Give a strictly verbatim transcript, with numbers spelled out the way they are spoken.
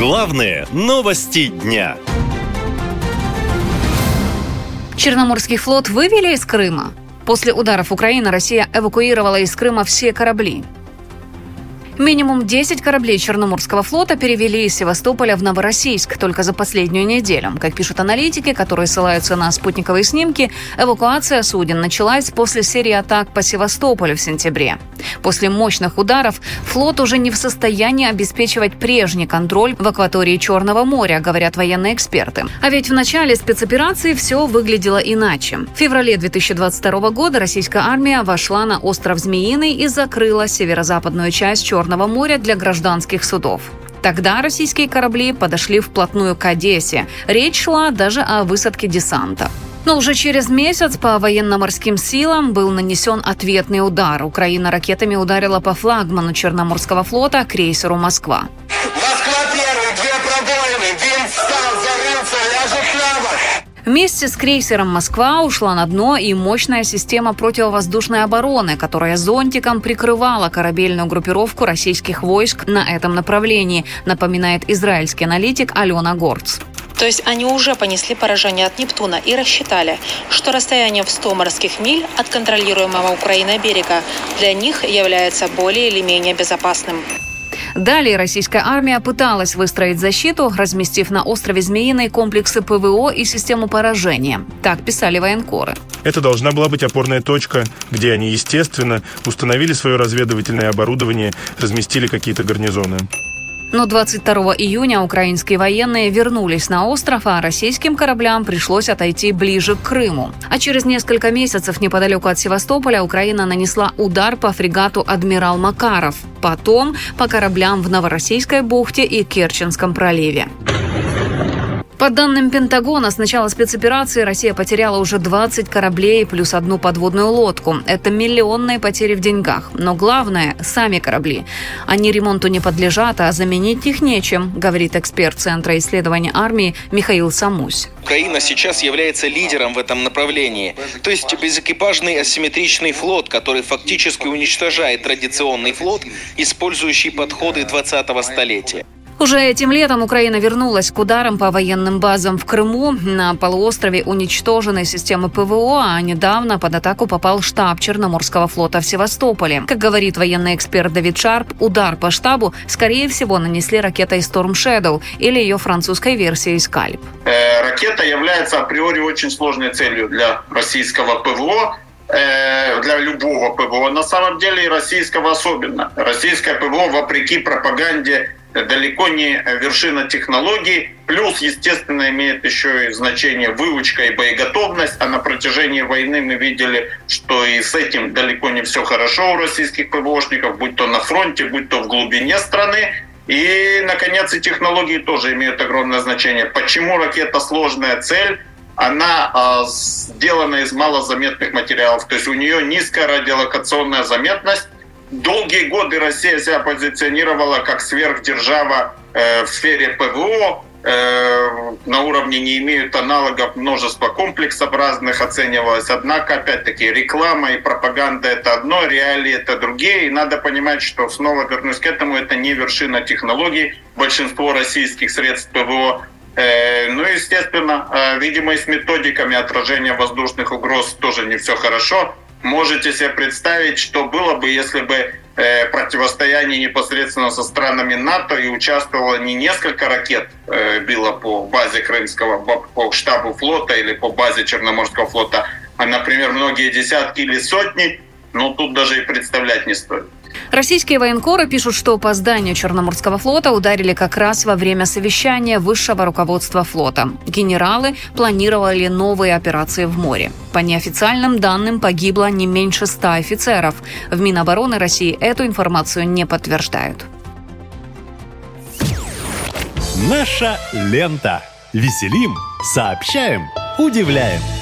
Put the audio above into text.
Главные новости дня. Черноморский флот вывели из Крыма. После ударов Украины Россия эвакуировала из Крыма все корабли. Минимум десять кораблей Черноморского флота перевели из Севастополя в Новороссийск только за последнюю неделю. Как пишут аналитики, которые ссылаются на спутниковые снимки, эвакуация суден началась после серии атак по Севастополю в сентябре. После мощных ударов флот уже не в состоянии обеспечивать прежний контроль в акватории Черного моря, говорят военные эксперты. А ведь в начале спецоперации все выглядело иначе. В феврале две тысячи двадцать второго года российская армия вошла на остров Змеиный и закрыла северо-западную часть Черного моря для гражданских судов. Тогда российские корабли подошли вплотную к Одессе. Речь шла даже о высадке десанта. Но уже через месяц по военно-морским силам был нанесен ответный удар. Украина ракетами ударила по флагману Черноморского флота, крейсеру «Москва». Москва-первый, две пробоины, винт встал, зарылся, ляжет на бок. Вместе с крейсером «Москва» ушла на дно и мощная система противовоздушной обороны, которая зонтиком прикрывала корабельную группировку российских войск на этом направлении, напоминает израильский аналитик Алена Горц. То есть они уже понесли поражение от «Нептуна» и рассчитали, что расстояние в сто морских миль от контролируемого Украиной берега для них является более или менее безопасным. Далее российская армия пыталась выстроить защиту, разместив на острове Змеиный комплексы ПВО и систему поражения. Так писали военкоры. Это должна была быть опорная точка, где они, естественно, установили свое разведывательное оборудование, разместили какие-то гарнизоны. Но двадцать второго июня украинские военные вернулись на остров, а российским кораблям пришлось отойти ближе к Крыму. А через несколько месяцев неподалеку от Севастополя Украина нанесла удар по фрегату «Адмирал Макаров». Потом по кораблям в Новороссийской бухте и Керченском проливе. По данным Пентагона, с начала спецоперации Россия потеряла уже двадцать кораблей плюс одну подводную лодку. Это миллионные потери в деньгах. Но главное – сами корабли. Они ремонту не подлежат, а заменить их нечем, говорит эксперт Центра исследования армии Михаил Самусь. Украина сейчас является лидером в этом направлении. То есть безэкипажный асимметричный флот, который фактически уничтожает традиционный флот, использующий подходы двадцатого столетия. Уже этим летом Украина вернулась к ударам по военным базам в Крыму. На полуострове уничтожены системы ПВО, а недавно под атаку попал штаб Черноморского флота в Севастополе. Как говорит военный эксперт Давид Шарп, удар по штабу, скорее всего, нанесли ракетой Storm Shadow или ее французской версией Скальп. Э, ракета является априори очень сложной целью для российского ПВО. Для любого ПВО, на самом деле и российского особенно. Российское ПВО, вопреки пропаганде, далеко не вершина технологий, плюс, естественно, имеет еще и значение выучка и боеготовность, а на протяжении войны мы видели, что и с этим далеко не все хорошо у российских ПВОшников, будь то на фронте, будь то в глубине страны. И, наконец, и технологии тоже имеют огромное значение. Почему ракета сложная цель? Она э, сделана из малозаметных материалов, то есть у нее низкая радиолокационная заметность. Долгие годы Россия себя позиционировала как сверхдержава э, в сфере ПВО. Э, на уровне не имеют аналогов, множество комплексов разных оценивалось. Однако, опять-таки, реклама и пропаганда – это одно, реалии – это другие. И надо понимать, что, снова вернусь к этому, это не вершина технологий. Большинство российских средств ПВО. Ну и, естественно, видимо, и с методиками отражения воздушных угроз тоже не все хорошо. Можете себе представить, что было бы, если бы противостояние непосредственно со странами НАТО и участвовало не несколько ракет, било по базе Крымского, по штабу флота или по базе Черноморского флота, а, например, многие десятки или сотни, ну тут даже и представлять не стоит. Российские военкоры пишут, что по зданию Черноморского флота ударили как раз во время совещания высшего руководства флота. Генералы планировали новые операции в море. По неофициальным данным погибло не меньше ста офицеров. В Минобороны России эту информацию не подтверждают. Наша лента. Веселим, сообщаем, удивляем.